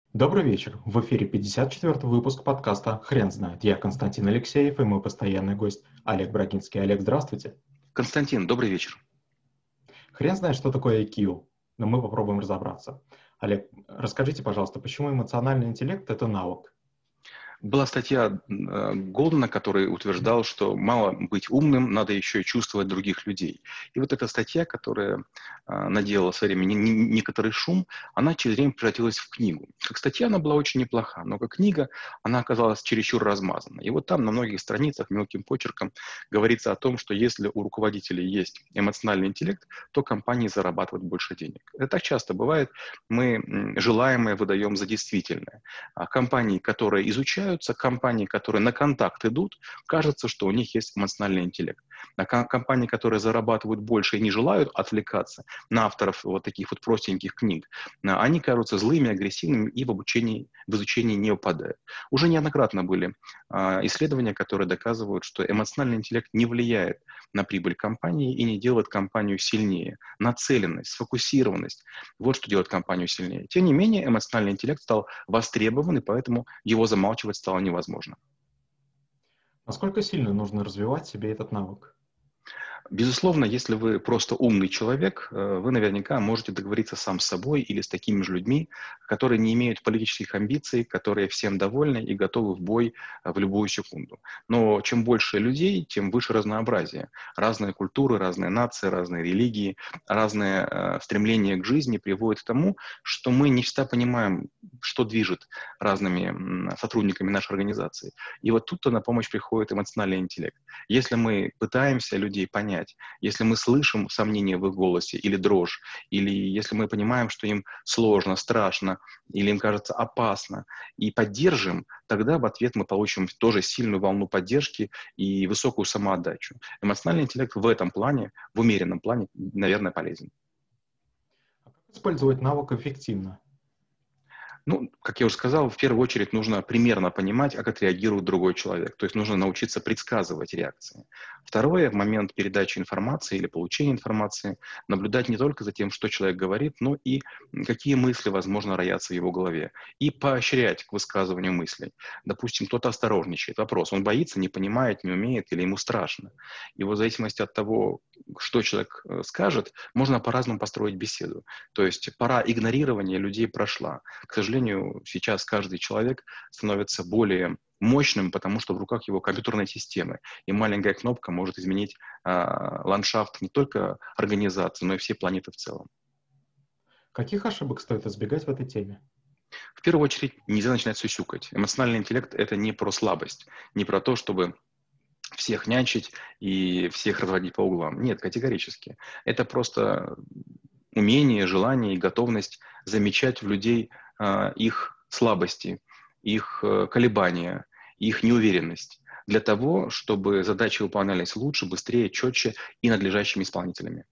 Добрый вечер. В эфире 54-й выпуск подкаста «Хрен знает». Я Константин Алексеев и мой постоянный гость Олег Брагинский. Олег, здравствуйте. Константин, добрый вечер. Хрен знает, что такое IQ, но мы попробуем разобраться. Олег, расскажите, пожалуйста, почему эмоциональный интеллект– это навык? Была статья Голдена, который утверждал, что мало быть умным, надо еще и чувствовать других людей. И вот эта статья, которая наделала в свое время некоторый шум, она через время превратилась в книгу. Как статья она была очень неплоха, но как книга она оказалась чересчур размазана. И вот там на многих страницах мелким почерком говорится о том, что если у руководителей есть эмоциональный интеллект, то компании зарабатывают больше денег. Это так часто бывает. Мы желаемое выдаем за действительное. А компании, которые изучаются, компании, которые на контакт идут, кажется, что у них есть эмоциональный интеллект. А компании, которые зарабатывают больше и не желают отвлекаться на авторов вот таких вот простеньких книг, они кажутся злыми, агрессивными и в изучении не упадают. Уже неоднократно были исследования, которые доказывают, что эмоциональный интеллект не влияет на прибыль компании и не делает компанию сильнее. Нацеленность, сфокусированность– вот что делает компанию сильнее. Тем не менее, эмоциональный интеллект стал востребован, и поэтому его замалчивать стало невозможно. Насколько сильно нужно развивать в себе этот навык? Безусловно, если вы просто умный человек, вы наверняка можете договориться сам с собой или с такими же людьми, которые не имеют политических амбиций, которые всем довольны и готовы в бой в любую секунду. Но чем больше людей, тем выше разнообразие. Разные культуры, разные нации, разные религии, разные стремления к жизни приводят к тому, что мы не всегда понимаем, что движет разными сотрудниками нашей организации. И вот тут-то на помощь приходит эмоциональный интеллект. Если мы пытаемся людей понять, если мы слышим сомнения в их голосе или дрожь, или если мы понимаем, что им сложно, страшно, или им кажется опасно, и поддержим, тогда в ответ мы получим тоже сильную волну поддержки и высокую самоотдачу. Эмоциональный интеллект в этом плане, в умеренном плане, наверное, полезен. А как использовать навык эффективно? Ну, как я уже сказал, в первую очередь нужно примерно понимать, как отреагирует другой человек. То есть нужно научиться предсказывать реакции. Второе, в момент передачи информации или получения информации, наблюдать не только за тем, что человек говорит, но и какие мысли, возможно, роятся в его голове. И поощрять к высказыванию мыслей. Допустим, кто-то осторожничает. Вопрос, он боится, не понимает, не умеет или ему страшно. И вот в зависимости от того, что человек скажет, можно по-разному построить беседу. То есть пора игнорирования людей прошла. К сожалению, сейчас каждый человек становится более мощным, потому что в руках его компьютерной системы. И маленькая кнопка может изменить ландшафт не только организации, но и всей планеты в целом. Каких ошибок стоит избегать в этой теме? В первую очередь, нельзя начинать сюсюкать. Эмоциональный интеллект– это не про слабость, не про то, чтобы всех нянчить и всех разводить по углам. Нет, категорически. Это просто умение, желание и готовность замечать в людей их слабости, их колебания, их неуверенность для того, чтобы задачи выполнялись лучше, быстрее, четче и надлежащими исполнителями.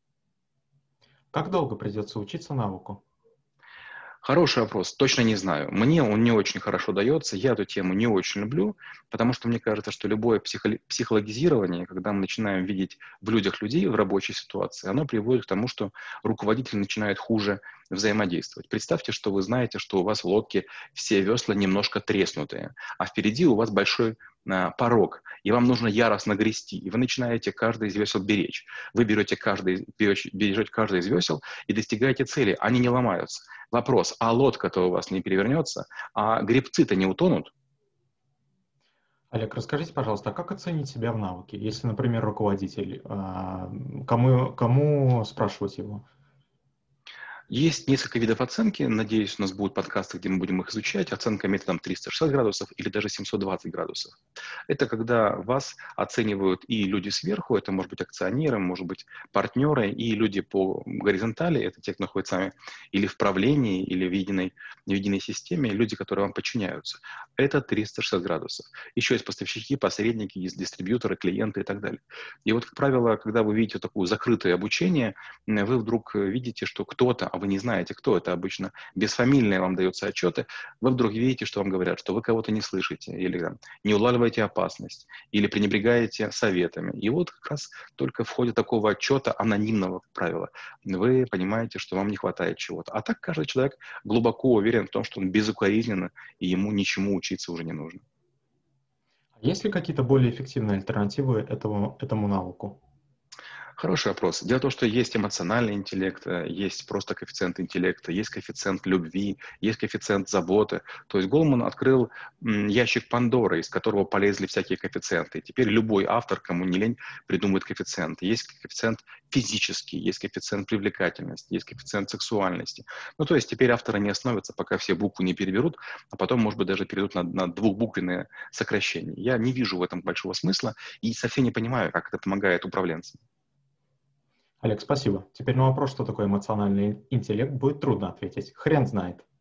Как долго придется учиться навыку? Хороший вопрос, точно не знаю. Мне он не очень хорошо дается, я эту тему не очень люблю, потому что мне кажется, что любое психологизирование, когда мы начинаем видеть в людях людей в рабочей ситуации, оно приводит к тому, что руководитель начинает хуже взаимодействовать. Представьте, что вы знаете, что у вас в лодке все весла немножко треснутые, а впереди у вас большой порог, и вам нужно яростно грести, и вы начинаете каждый из весел беречь. Вы бережете каждый из весел и достигаете цели, они не ломаются. Вопрос, а лодка-то у вас не перевернется, а гребцы-то не утонут? Олег, расскажите, пожалуйста, а как оценить себя в навыке? Если, например, руководитель, кому спрашивать его? Есть несколько видов оценки. Надеюсь, у нас будут подкасты, где мы будем их изучать. Оценка методом 360 градусов или даже 720 градусов. Это когда вас оценивают и люди сверху, это может быть акционеры, может быть партнеры, и люди по горизонтали, это те, кто находится с вами или в правлении, или в единой системе, люди, которые вам подчиняются. это 360 градусов. Еще есть поставщики, посредники, есть дистрибьюторы, клиенты и так далее. И вот, как правило, когда вы видите такое закрытое обучение, вы вдруг видите, что кто-то, а вы не знаете, кто это обычно, безфамильные вам даются отчеты, вы вдруг видите, что вам говорят, что вы кого-то не слышите, или там, не улавливаете опасность, или пренебрегаете советами. И вот как раз только в ходе такого отчета, анонимного, как правило, вы понимаете, что вам не хватает чего-то. А так каждый человек глубоко уверен в том, что он безукоризненно, и ему ничему учиться уже не нужно. Есть ли какие-то более эффективные альтернативы этому навыку? Хороший вопрос. Дело в том, что есть эмоциональный интеллект, есть просто коэффициент интеллекта, есть коэффициент любви, есть коэффициент заботы. То есть Голман открыл ящик Пандоры, из которого полезли всякие коэффициенты. И теперь любой автор, кому не лень, придумывает коэффициенты. Есть коэффициент физический, есть коэффициент привлекательности, есть коэффициент сексуальности. Ну, то есть теперь авторы не остановятся, пока все буквы не переберут, а потом, может быть, даже перейдут на двухбуквенные сокращения. Я не вижу в этом большого смысла и совсем не понимаю, как это помогает управленцам. Олег, спасибо. Теперь на вопрос, что такое эмоциональный интеллект, будет трудно ответить. Хрен знает.